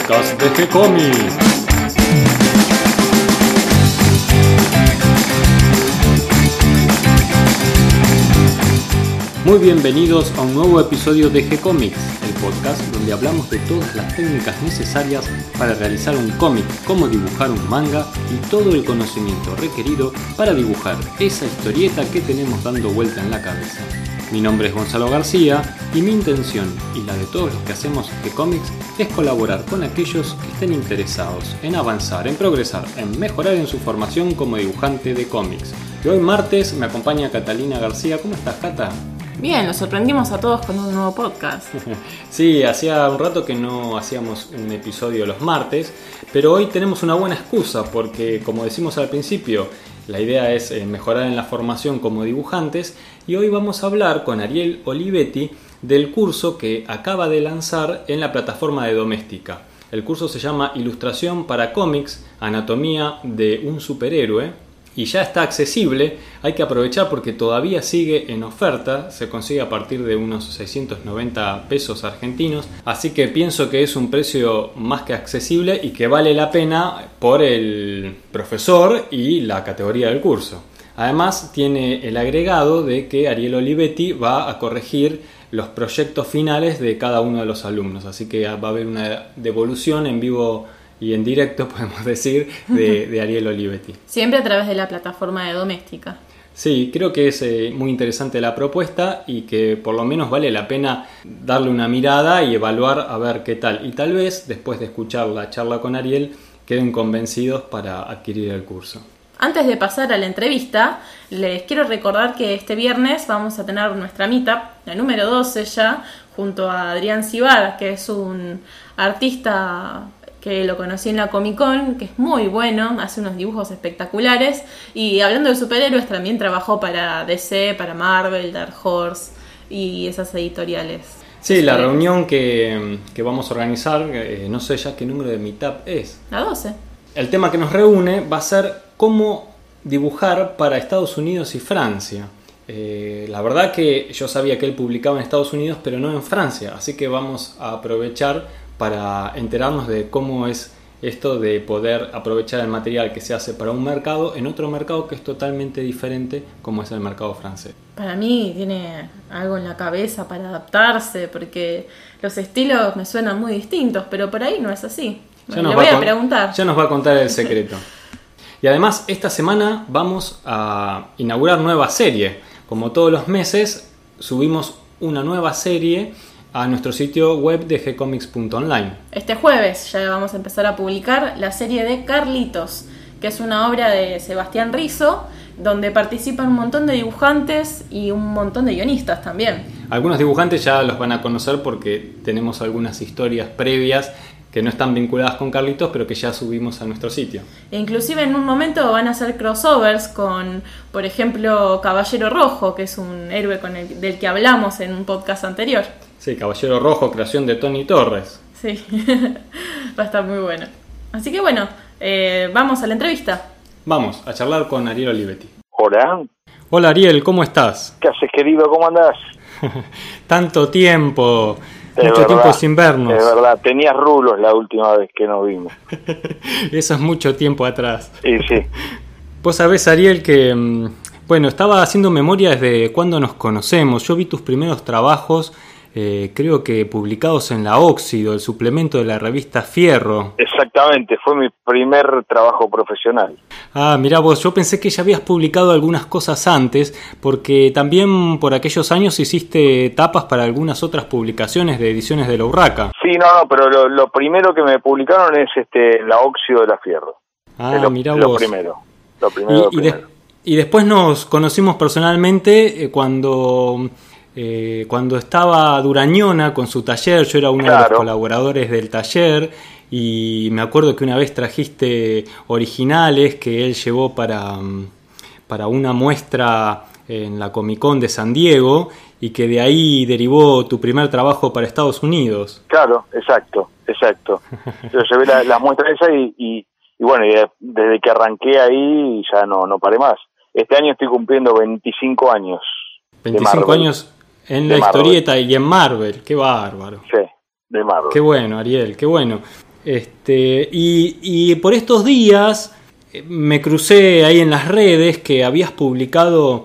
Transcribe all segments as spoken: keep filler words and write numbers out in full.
podcast de G-Comics. Muy bienvenidos a un nuevo episodio de G-Comics, el podcast donde hablamos de todas las técnicas necesarias para realizar un cómic, cómo dibujar un manga y todo el conocimiento requerido para dibujar esa historieta que tenemos dando vuelta en la cabeza. Mi nombre es Gonzalo García y mi intención, y la de todos los que hacemos G-Comics, es colaborar con aquellos que estén interesados en avanzar, en progresar, en mejorar en su formación como dibujante de cómics. Y hoy martes me acompaña Catalina García. ¿Cómo estás, Cata? Bien, los sorprendimos a todos con un nuevo podcast. Sí, hacía un rato que no hacíamos un episodio los martes, pero hoy tenemos una buena excusa porque, como decimos al principio, la idea es mejorar en la formación como dibujantes y hoy vamos a hablar con Ariel Olivetti del curso que acaba de lanzar en la plataforma de Doméstica. El curso se llama Ilustración para cómics, anatomía de un superhéroe. Y ya está accesible, hay que aprovechar porque todavía sigue en oferta, se consigue a partir de unos seiscientos noventa pesos argentinos, así que pienso que es un precio más que accesible y que vale la pena por el profesor y la categoría del curso. Además tiene el agregado de que Ariel Olivetti va a corregir los proyectos finales de cada uno de los alumnos, así que va a haber una devolución en vivo y en directo, podemos decir, de, de Ariel Olivetti. Siempre a través de la plataforma de Doméstica. Sí, creo que es eh, muy interesante la propuesta y que por lo menos vale la pena darle una mirada y evaluar a ver qué tal. Y tal vez, después de escuchar la charla con Ariel, queden convencidos para adquirir el curso. Antes de pasar a la entrevista, les quiero recordar que este viernes vamos a tener nuestra meetup, la número doce ya, junto a Adrián Cibar, que es un artista que lo conocí en la Comic Con, que es muy bueno, hace unos dibujos espectaculares, y hablando de superhéroes también trabajó para D C, para Marvel, Dark Horse y esas editoriales. Sí, la reunión que, que vamos a organizar, eh, no sé ya qué número de meetup es. La doce. El tema que nos reúne va a ser cómo dibujar para Estados Unidos y Francia. Eh, la verdad que yo sabía que él publicaba en Estados Unidos, pero no en Francia, así que vamos a aprovechar para enterarnos de cómo es esto de poder aprovechar el material que se hace para un mercado en otro mercado que es totalmente diferente, como es el mercado francés. Para mí tiene algo en la cabeza para adaptarse, porque los estilos me suenan muy distintos, pero por ahí no es así. Le voy a, a preguntar. Ya nos va a contar el secreto. Y además, esta semana vamos a inaugurar nueva serie. Como todos los meses, subimos una nueva serie a nuestro sitio web de g comics punto online. Este jueves ya vamos a empezar a publicar la serie de Carlitos, que es una obra de Sebastián Rizzo, donde participan un montón de dibujantes y un montón de guionistas también. Algunos dibujantes ya los van a conocer porque tenemos algunas historias previas que no están vinculadas con Carlitos, pero que ya subimos a nuestro sitio. E inclusive en un momento van a hacer crossovers con, por ejemplo, Caballero Rojo, que es un héroe con el, del que hablamos en un podcast anterior. Sí, Caballero Rojo, creación de Tony Torres. Sí, va a estar muy bueno. Así que bueno, eh, vamos a la entrevista. Vamos a charlar con Ariel Olivetti. Hola. Hola Ariel, ¿cómo estás? ¿Qué haces, querido? ¿Cómo andás? Tanto tiempo, es mucho verdad, tiempo sin vernos. Es verdad, tenías rulos la última vez que nos vimos. Eso es mucho tiempo atrás. Sí, sí. Vos sabés, Ariel, que bueno, estaba haciendo memoria desde cuando nos conocemos. Yo vi tus primeros trabajos, Eh, creo que publicados en la Óxido, el suplemento de la revista Fierro. Exactamente, fue mi primer trabajo profesional. Ah, mirá vos, yo pensé que ya habías publicado algunas cosas antes, porque también por aquellos años hiciste tapas para algunas otras publicaciones de ediciones de La Urraca. Sí, no, no, pero lo, lo primero que me publicaron es este la Óxido de la Fierro. Ah, lo, mirá lo vos. Primero, lo primero. Y, lo y, primero. de, y después nos conocimos personalmente eh, cuando... Eh, cuando estaba Durañona con su taller, yo era uno claro. de los colaboradores del taller y me acuerdo que una vez trajiste originales que él llevó para, para una muestra en la Comic Con de San Diego y que de ahí derivó tu primer trabajo para Estados Unidos. Claro, exacto, exacto. Yo llevé la, la muestra esa y, y, y bueno, y desde que arranqué ahí ya no, no paré más. Este año estoy cumpliendo veinticinco años. veinticinco años en la historieta y en Marvel, qué bárbaro. Sí, de Marvel. Qué bueno, Ariel, qué bueno. Este, y, y por estos días me crucé ahí en las redes que habías publicado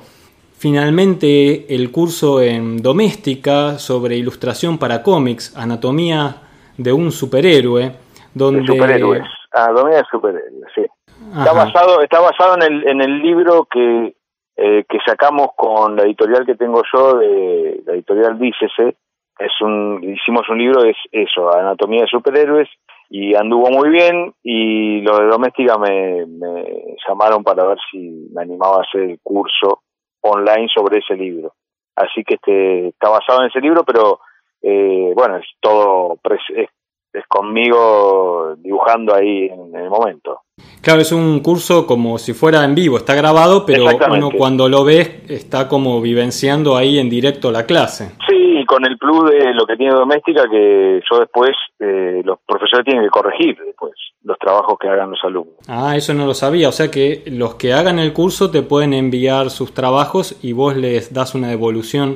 finalmente el curso en Doméstica sobre ilustración para cómics, anatomía de un superhéroe, donde... De superhéroes, anatomía de superhéroes, sí. Ajá. Está basado, está basado en el, en el libro que, eh, que sacamos con la editorial que tengo yo, de la editorial Dícese. Es un, hicimos un libro, es eso, anatomía de superhéroes, y anduvo muy bien, y los de Doméstica me, me llamaron para ver si me animaba a hacer el curso online sobre ese libro. Así que este está basado en ese libro, pero eh, bueno, es todo es, es conmigo dibujando ahí en el momento. Claro, es un curso como si fuera en vivo, está grabado, pero uno cuando lo ve está como vivenciando ahí en directo la clase. Sí, y con el plus de lo que tiene Doméstica, que yo después, eh, los profesores tienen que corregir después los trabajos que hagan los alumnos. Ah, eso no lo sabía, o sea que los que hagan el curso te pueden enviar sus trabajos y vos les das una devolución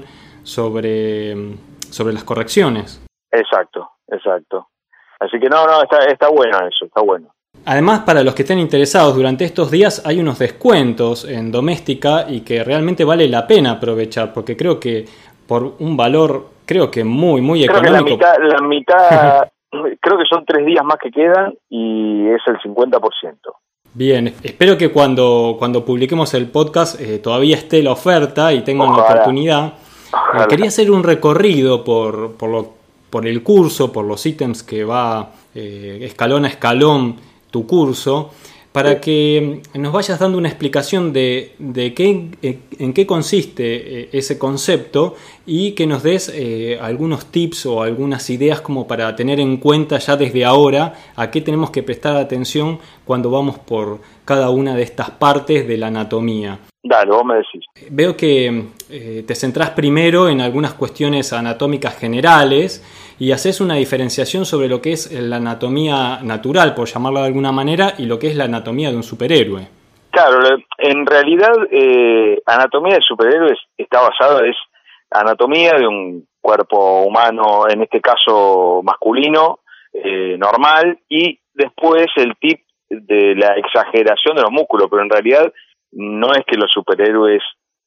sobre, sobre las correcciones. Exacto, exacto. Así que no, no, está, está bueno eso, está bueno. Además, para los que estén interesados, durante estos días hay unos descuentos en Doméstica y que realmente vale la pena aprovechar, porque creo que por un valor, creo que muy, muy creo económico. Que la mitad, la mitad creo que son tres días más que quedan y es el cincuenta por ciento. Bien, espero que cuando, cuando publiquemos el podcast eh, todavía esté la oferta y tengan la oportunidad. Eh, quería hacer un recorrido por, por, lo, por el curso, por los ítems que va eh, escalón a escalón tu curso, para que nos vayas dando una explicación de, de qué, en qué consiste ese concepto y que nos des eh, algunos tips o algunas ideas como para tener en cuenta ya desde ahora a qué tenemos que prestar atención cuando vamos por cada una de estas partes de la anatomía. Dale, vos me decís. Veo que eh, te centrás primero en algunas cuestiones anatómicas generales y haces una diferenciación sobre lo que es la anatomía natural, por llamarlo de alguna manera, y lo que es la anatomía de un superhéroe. Claro, en realidad eh, anatomía de superhéroes está basada, es anatomía de un cuerpo humano, en este caso masculino, eh, normal, y después el tip de la exageración de los músculos, pero en realidad no es que los superhéroes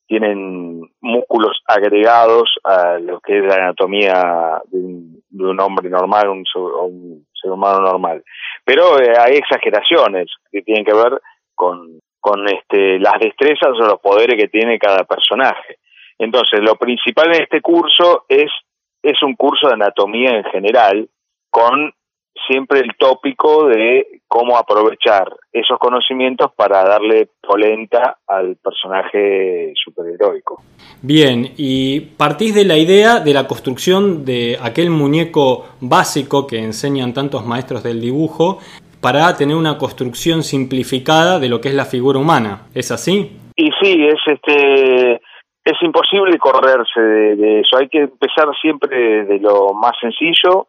tienen músculos agregados a lo que es la anatomía de un, de un hombre normal un, o un ser humano normal. Pero eh, hay exageraciones que tienen que ver con, con este, las destrezas o los poderes que tiene cada personaje. Entonces, lo principal en este curso es, es un curso de anatomía en general, con siempre el tópico de cómo aprovechar esos conocimientos para darle polenta al personaje superheroico. Bien, y partís de la idea de la construcción de aquel muñeco básico que enseñan tantos maestros del dibujo para tener una construcción simplificada de lo que es la figura humana. ¿Es así? Y sí, es este es imposible correrse de, de eso. Hay que empezar siempre de lo más sencillo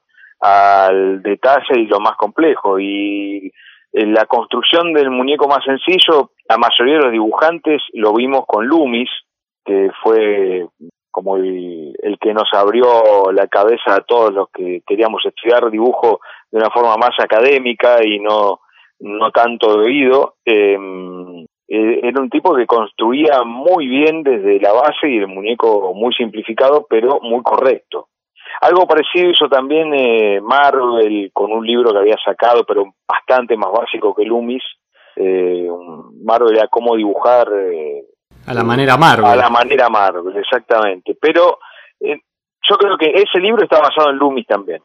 al detalle y lo más complejo, y en la construcción del muñeco más sencillo, la mayoría de los dibujantes lo vimos con Loomis, que fue como el, el que nos abrió la cabeza a todos los que queríamos estudiar dibujo de una forma más académica y no, no tanto de oído. Eh, era un tipo que construía muy bien desde la base y el muñeco muy simplificado, pero muy correcto. Algo parecido hizo también eh, Marvel con un libro que había sacado, pero bastante más básico que Loomis. Eh, Marvel era cómo dibujar... Eh, a la manera Marvel. A la manera Marvel, exactamente. Pero eh, yo creo que ese libro está basado en Loomis también.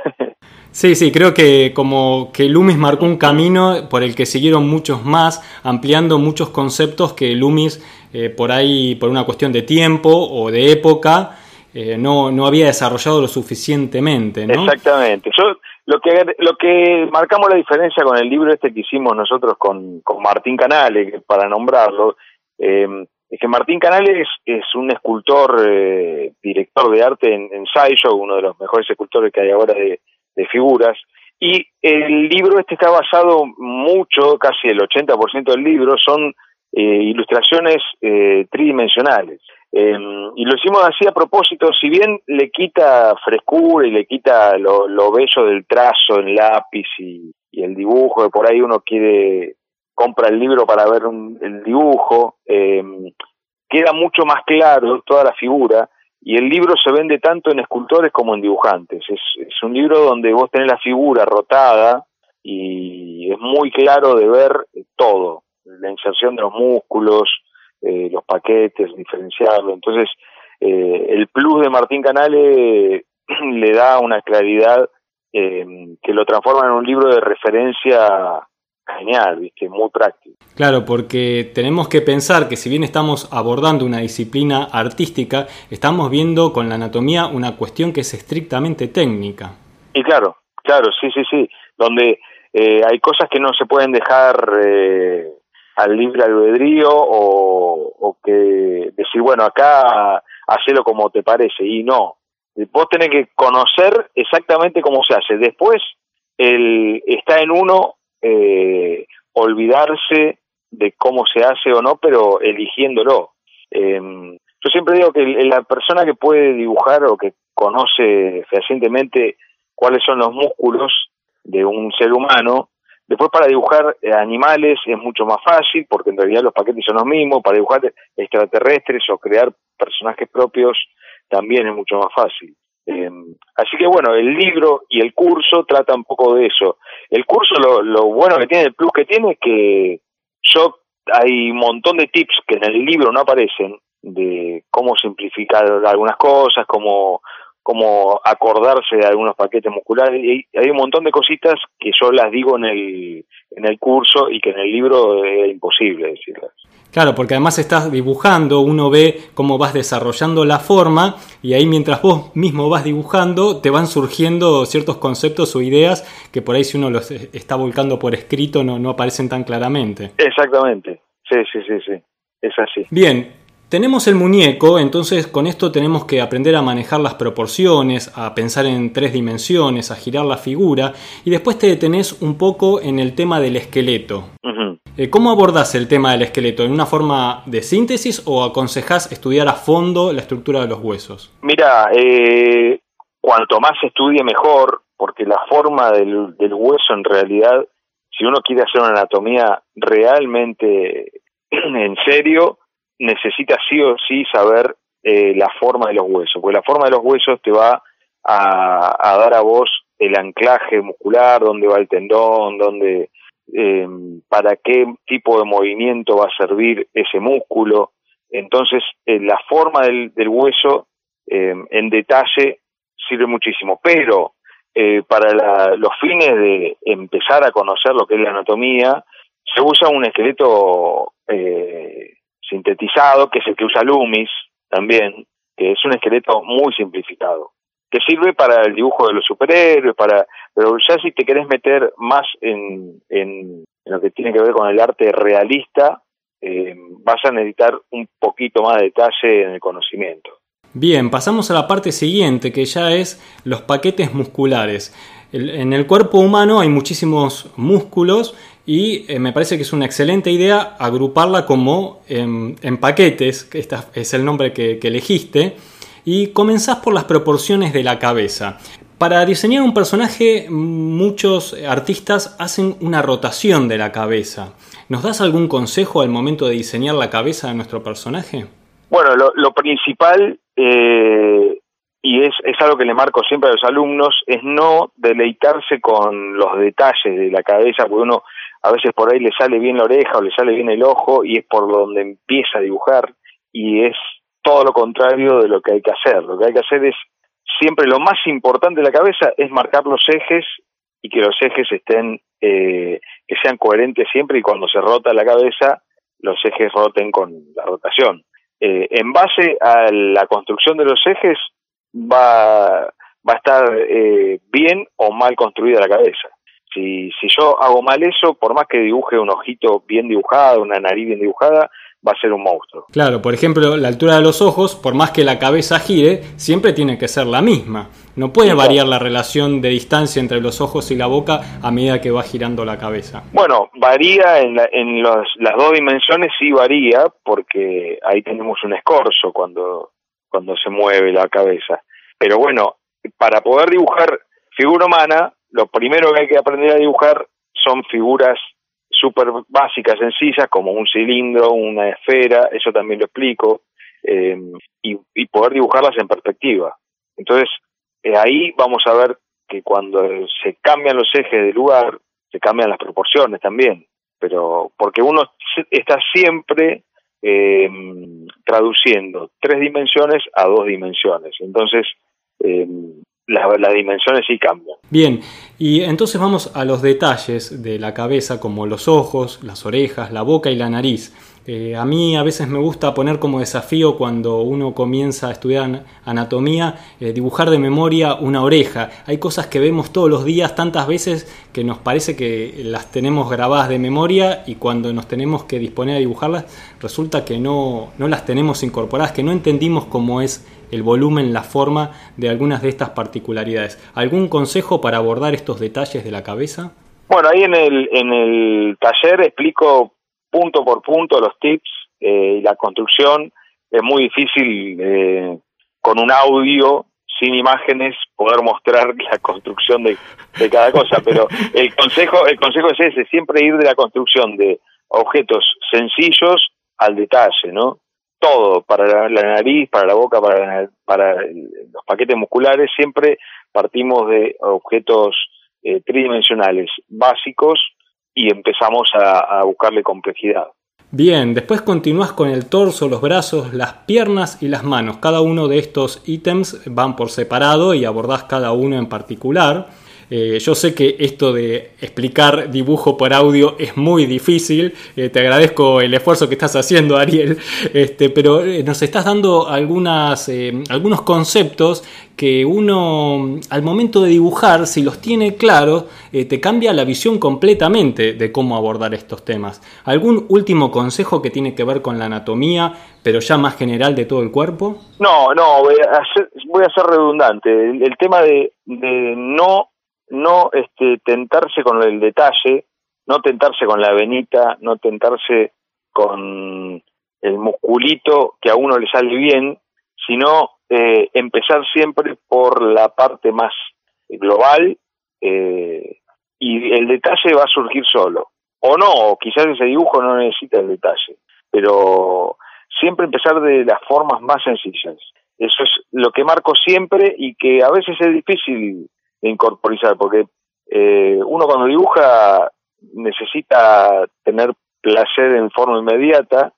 Sí, sí, creo que como que Loomis marcó un camino por el que siguieron muchos más, ampliando muchos conceptos que Loomis, eh, por ahí, por una cuestión de tiempo o de época... Eh, no no había desarrollado lo suficientemente, ¿no? Exactamente. Yo lo que lo que marcamos la diferencia con el libro este que hicimos nosotros con, con Martín Canales, para nombrarlo, eh, es que Martín Canales es un escultor, eh, director de arte en, en Sideshow, uno de los mejores escultores que hay ahora de, de figuras, y el libro este está basado mucho, casi el ochenta por ciento del libro, son eh, ilustraciones eh, tridimensionales. Eh, y lo hicimos así a propósito, si bien le quita frescura y le quita lo, lo bello del trazo en lápiz y, y el dibujo, que por ahí uno quiere, compra el libro para ver un, el dibujo, eh, queda mucho más claro toda la figura, y el libro se vende tanto en escultores como en dibujantes. Es, es un libro donde vos tenés la figura rotada y es muy claro de ver todo, la inserción de los músculos, eh, los paquetes, diferenciarlo. Entonces, eh, el plus de Martín Canale le da una claridad eh, que lo transforma en un libro de referencia genial, ¿viste? Muy práctico. Claro, porque tenemos que pensar que si bien estamos abordando una disciplina artística, estamos viendo con la anatomía una cuestión que es estrictamente técnica. Y claro, claro, sí, sí, sí, donde eh, hay cosas que no se pueden dejar eh, al libre albedrío o, o que decir, bueno, acá hacelo como te parece, y no. Vos tenés que conocer exactamente cómo se hace. Después el, está en uno eh, olvidarse de cómo se hace o no, pero eligiéndolo. Eh, yo siempre digo que la persona que puede dibujar o que conoce fehacientemente cuáles son los músculos de un ser humano, después para dibujar animales es mucho más fácil, porque en realidad los paquetes son los mismos. Para dibujar extraterrestres o crear personajes propios también es mucho más fácil. Eh, así que bueno, el libro y el curso trata un poco de eso. El curso, lo, lo bueno que tiene, el plus que tiene, es que yo hay un montón de tips que en el libro no aparecen, de cómo simplificar algunas cosas, cómo, cómo acordarse de algunos paquetes musculares, y hay un montón de cositas que yo las digo en el, en el curso y que en el libro es imposible decirlas. Claro, porque además estás dibujando, uno ve cómo vas desarrollando la forma, y ahí mientras vos mismo vas dibujando te van surgiendo ciertos conceptos o ideas que por ahí si uno los está volcando por escrito no, no aparecen tan claramente. Exactamente, sí, sí, sí, sí, es así. Bien, tenemos el muñeco, entonces con esto tenemos que aprender a manejar las proporciones, a pensar en tres dimensiones, a girar la figura, y después te detenés un poco en el tema del esqueleto. Uh-huh. ¿Cómo abordás el tema del esqueleto? ¿En una forma de síntesis o aconsejás estudiar a fondo la estructura de los huesos? Mira, eh, cuanto más se estudie mejor, porque la forma del, del hueso en realidad, si uno quiere hacer una anatomía realmente en serio, necesita sí o sí saber eh, la forma de los huesos, porque la forma de los huesos te va a, a dar a vos el anclaje muscular, dónde va el tendón, dónde... Eh, para qué tipo de movimiento va a servir ese músculo. Entonces eh, la forma del, del hueso eh, en detalle sirve muchísimo, pero eh, para la, los fines de empezar a conocer lo que es la anatomía se usa un esqueleto eh, sintetizado, que es el que usa Loomis también, que es un esqueleto muy simplificado, que sirve para el dibujo de los superhéroes, para, pero ya si te querés meter más en, en, en lo que tiene que ver con el arte realista, eh, vas a necesitar un poquito más de detalle en el conocimiento. Bien, pasamos a la parte siguiente, que ya es los paquetes musculares. El, en el cuerpo humano hay muchísimos músculos y eh, me parece que es una excelente idea agruparla como en, en paquetes, que este es el nombre que, que elegiste. Y comenzás por las proporciones de la cabeza. Para diseñar un personaje, muchos artistas hacen una rotación de la cabeza. ¿Nos das algún consejo al momento de diseñar la cabeza de nuestro personaje? Bueno, lo, lo principal, eh, y es, es algo que le marco siempre a los alumnos, es no deleitarse con los detalles de la cabeza, porque uno a veces por ahí le sale bien la oreja o le sale bien el ojo y es por donde empieza a dibujar, y es todo lo contrario de lo que hay que hacer. Lo que hay que hacer es, siempre lo más importante de la cabeza es marcar los ejes y que los ejes estén, eh, que sean coherentes siempre, y cuando se rota la cabeza, los ejes roten con la rotación. Eh, en base a la construcción de los ejes va, va a estar eh, bien o mal construida la cabeza. Si, si yo hago mal eso, por más que dibuje un ojito bien dibujado, una nariz bien dibujada, va a ser un monstruo. Claro, por ejemplo, la altura de los ojos, por más que la cabeza gire, siempre tiene que ser la misma. No puede variar la relación de distancia entre los ojos y la boca a medida que va girando la cabeza. Bueno, varía en, la, en los, las dos dimensiones, sí varía, porque ahí tenemos un escorzo cuando, cuando se mueve la cabeza. Pero bueno, para poder dibujar figura humana, lo primero que hay que aprender a dibujar son figuras súper básicas, sencillas, como un cilindro, una esfera, eso también lo explico, eh, y, y poder dibujarlas en perspectiva. Entonces, eh, ahí vamos a ver que cuando se cambian los ejes de lugar, se cambian las proporciones también, pero porque uno está siempre eh, traduciendo tres dimensiones a dos dimensiones, entonces eh, las, las dimensiones sí cambian. Bien, y entonces vamos a los detalles de la cabeza, como los ojos, las orejas, la boca y la nariz. Eh, a mí a veces me gusta poner como desafío cuando uno comienza a estudiar anatomía, eh, dibujar de memoria una oreja. Hay cosas que vemos todos los días tantas veces que nos parece que las tenemos grabadas de memoria y cuando nos tenemos que disponer a dibujarlas resulta que no, no las tenemos incorporadas, que no entendimos cómo es el volumen, la forma de algunas de estas particularidades. ¿Algún consejo para abordar estos detalles de la cabeza? Bueno, ahí en el, en el taller explico punto por punto los tips, eh, la construcción. Es muy difícil eh, con un audio sin imágenes poder mostrar la construcción de, de cada cosa, pero el consejo el consejo es ese, siempre ir de la construcción de objetos sencillos al detalle, ¿no? Todo, para la, la nariz, para la boca, para, la, para los paquetes musculares, siempre partimos de objetos eh, tridimensionales básicos y empezamos a, a buscarle complejidad. Bien, después continúas con el torso, los brazos, las piernas y las manos. Cada uno de estos ítems van por separado y abordás cada uno en particular. Eh, yo sé que esto de explicar dibujo por audio es muy difícil, eh, te agradezco el esfuerzo que estás haciendo, Ariel, este, pero eh, nos estás dando algunas, eh, algunos conceptos que uno al momento de dibujar, si los tiene claros, eh, te cambia la visión completamente de cómo abordar estos temas. ¿Algún último consejo que tiene que ver con la anatomía, pero ya más general de todo el cuerpo? No, no, voy a ser, voy a ser redundante. El, el tema de, de no no este tentarse con el detalle, no tentarse con la venita, no tentarse con el musculito que a uno le sale bien, sino eh, empezar siempre por la parte más global eh, y el detalle va a surgir solo. O no, o quizás ese dibujo no necesita el detalle, pero siempre empezar de las formas más sencillas. Eso es lo que marco siempre y que a veces es difícil de incorporizar, porque eh, uno cuando dibuja necesita tener placer en forma inmediata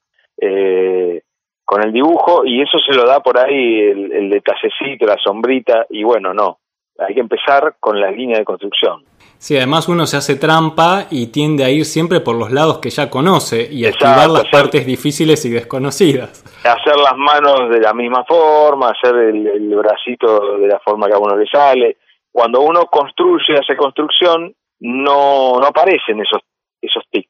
eh, con el dibujo, y eso se lo da por ahí el, el detallecito, la sombrita, y bueno, no, hay que empezar con la línea de construcción. Sí, además uno se hace trampa y tiende a ir siempre por los lados que ya conoce y a Exacto, esquivar las hacer, partes difíciles y desconocidas. Hacer las manos de la misma forma, hacer el, el bracito de la forma que a uno le sale. Cuando uno construye, hace construcción, no, no aparecen esos esos tics,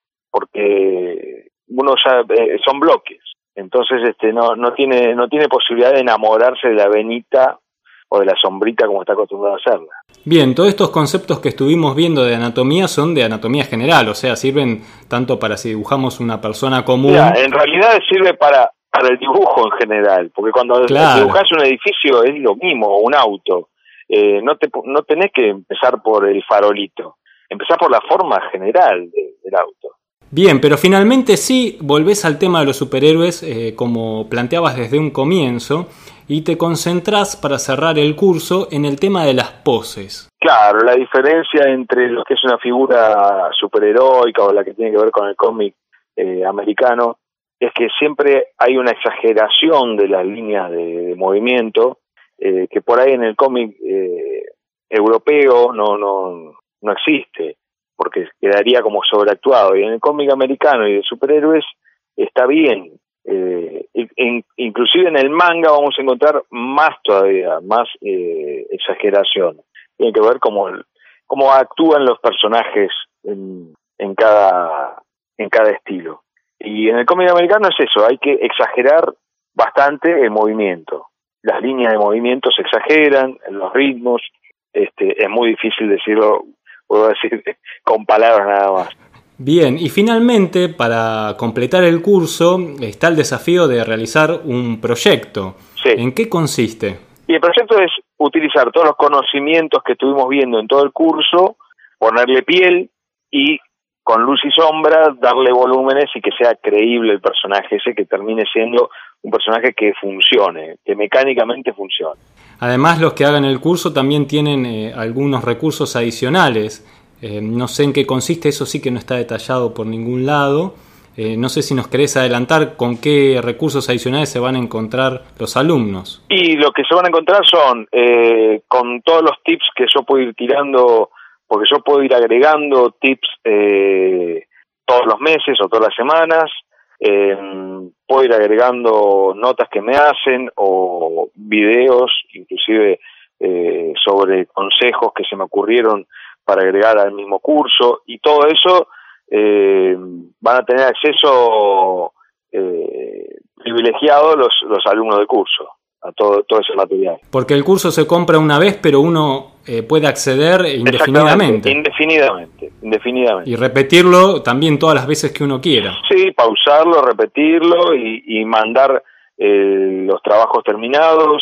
porque uno ya eh, son bloques, entonces este no no tiene no tiene posibilidad de enamorarse de la venita o de la sombrita como está acostumbrado a hacerla. Bien, todos estos conceptos que estuvimos viendo de anatomía son de anatomía general, o sea, sirven tanto para si dibujamos una persona común. Mira, en realidad sirve para para el dibujo en general, porque cuando claro. dibujas un edificio es lo mismo, un auto. Eh, no te no tenés que empezar por el farolito, empezás por la forma general de, del auto. Bien, pero finalmente sí volvés al tema de los superhéroes, eh, como planteabas desde un comienzo, y te concentrás para cerrar el curso en el tema de las poses. Claro, la diferencia entre lo que es una figura superheroica o la que tiene que ver con el cómic eh, americano es que siempre hay una exageración de las líneas de, de movimiento. Eh, que por ahí en el cómic eh, europeo no no no existe, porque quedaría como sobreactuado, y en el cómic americano y de superhéroes está bien. Eh, in, inclusive en el manga vamos a encontrar más todavía, más eh, exageración. Tiene que ver cómo, cómo actúan los personajes en, en cada en cada estilo. Y en el cómic americano es eso, hay que exagerar bastante el movimiento. Las líneas de movimiento se exageran, los ritmos, este, es muy difícil decirlo, puedo decir con palabras nada más. Bien, y finalmente, para completar el curso, está el desafío de realizar un proyecto. Sí. ¿En qué consiste? Y el proyecto es utilizar todos los conocimientos que estuvimos viendo en todo el curso, ponerle piel y con luz y sombra darle volúmenes y que sea creíble el personaje ese, que termine siendo un personaje que funcione, que mecánicamente funcione. Además, los que hagan el curso también tienen eh, algunos recursos adicionales. Eh, no sé en qué consiste, eso sí que no está detallado por ningún lado. Eh, no sé si nos querés adelantar con qué recursos adicionales se van a encontrar los alumnos. Y lo que se van a encontrar son, eh, con todos los tips que yo puedo ir tirando, porque yo puedo ir agregando tips eh, todos los meses o todas las semanas, eh, puedo ir agregando notas que me hacen o videos, inclusive eh, sobre consejos que se me ocurrieron para agregar al mismo curso, y todo eso eh, van a tener acceso eh, privilegiado los, los alumnos del curso a todo, todo ese material. Porque el curso se compra una vez, pero uno eh, puede acceder indefinidamente. Indefinidamente, indefinidamente. Y repetirlo también todas las veces que uno quiera. Sí, pausarlo, repetirlo y, y mandar eh, los trabajos terminados,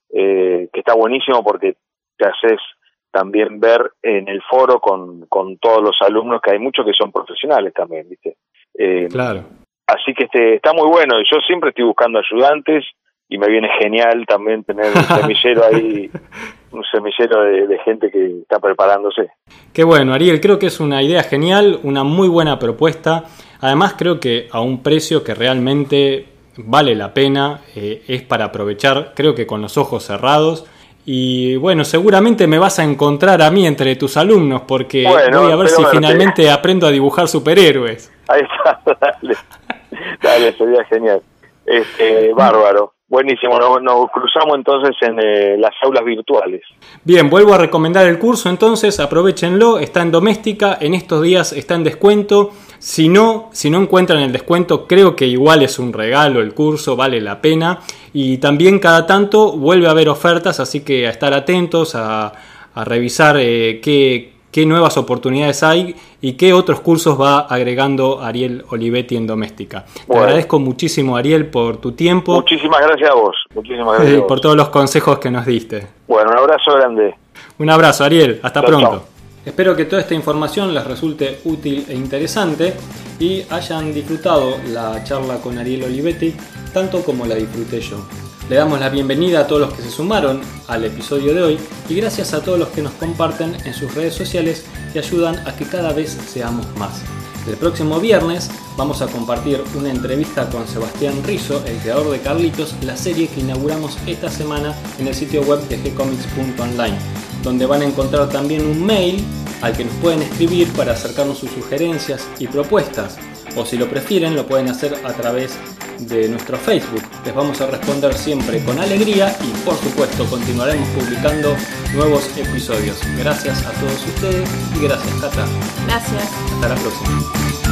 eh, que está buenísimo porque te haces también ver en el foro con, con todos los alumnos, que hay muchos que son profesionales también, ¿viste? Eh, claro. Así que este está muy bueno, y yo siempre estoy buscando ayudantes, y me viene genial también tener un semillero ahí, un semillero de, de gente que está preparándose. Qué bueno, Ariel, creo que es una idea genial, una muy buena propuesta. Además, creo que a un precio que realmente vale la pena, eh, es para aprovechar, creo que con los ojos cerrados. Y bueno, seguramente me vas a encontrar a mí entre tus alumnos, porque bueno, voy a ver si verte. Finalmente aprendo a dibujar superhéroes. Ahí está, dale, dale, sería genial. Este, bárbaro, buenísimo, nos, nos cruzamos entonces en eh, las aulas virtuales. Bien, vuelvo a recomendar el curso, entonces aprovéchenlo, está en Doméstica, en estos días está en descuento. Si no, si no encuentran el descuento, creo que igual es un regalo el curso, vale la pena. Y también cada tanto vuelve a haber ofertas, así que a estar atentos, a, a revisar eh, qué, qué nuevas oportunidades hay y qué otros cursos va agregando Ariel Olivetti en Doméstica. Bueno. Te agradezco muchísimo, Ariel, por tu tiempo. Muchísimas gracias a vos. Muchísimas gracias eh, a vos. Por todos los consejos que nos diste. Bueno, un abrazo grande. Un abrazo, Ariel. Hasta chau, pronto. Chau. Espero que toda esta información les resulte útil e interesante y hayan disfrutado la charla con Ariel Olivetti tanto como la disfruté yo. Le damos la bienvenida a todos los que se sumaron al episodio de hoy y gracias a todos los que nos comparten en sus redes sociales y ayudan a que cada vez seamos más. El próximo viernes vamos a compartir una entrevista con Sebastián Rizzo, el creador de Carlitos, la serie que inauguramos esta semana en el sitio web de g comics punto online, donde van a encontrar también un mail al que nos pueden escribir para acercarnos sus sugerencias y propuestas, o si lo prefieren lo pueden hacer a través de nuestro Facebook. Les vamos a responder siempre con alegría y por supuesto continuaremos publicando nuevos episodios. Gracias a todos ustedes y gracias, Cata. Gracias. Hasta la próxima.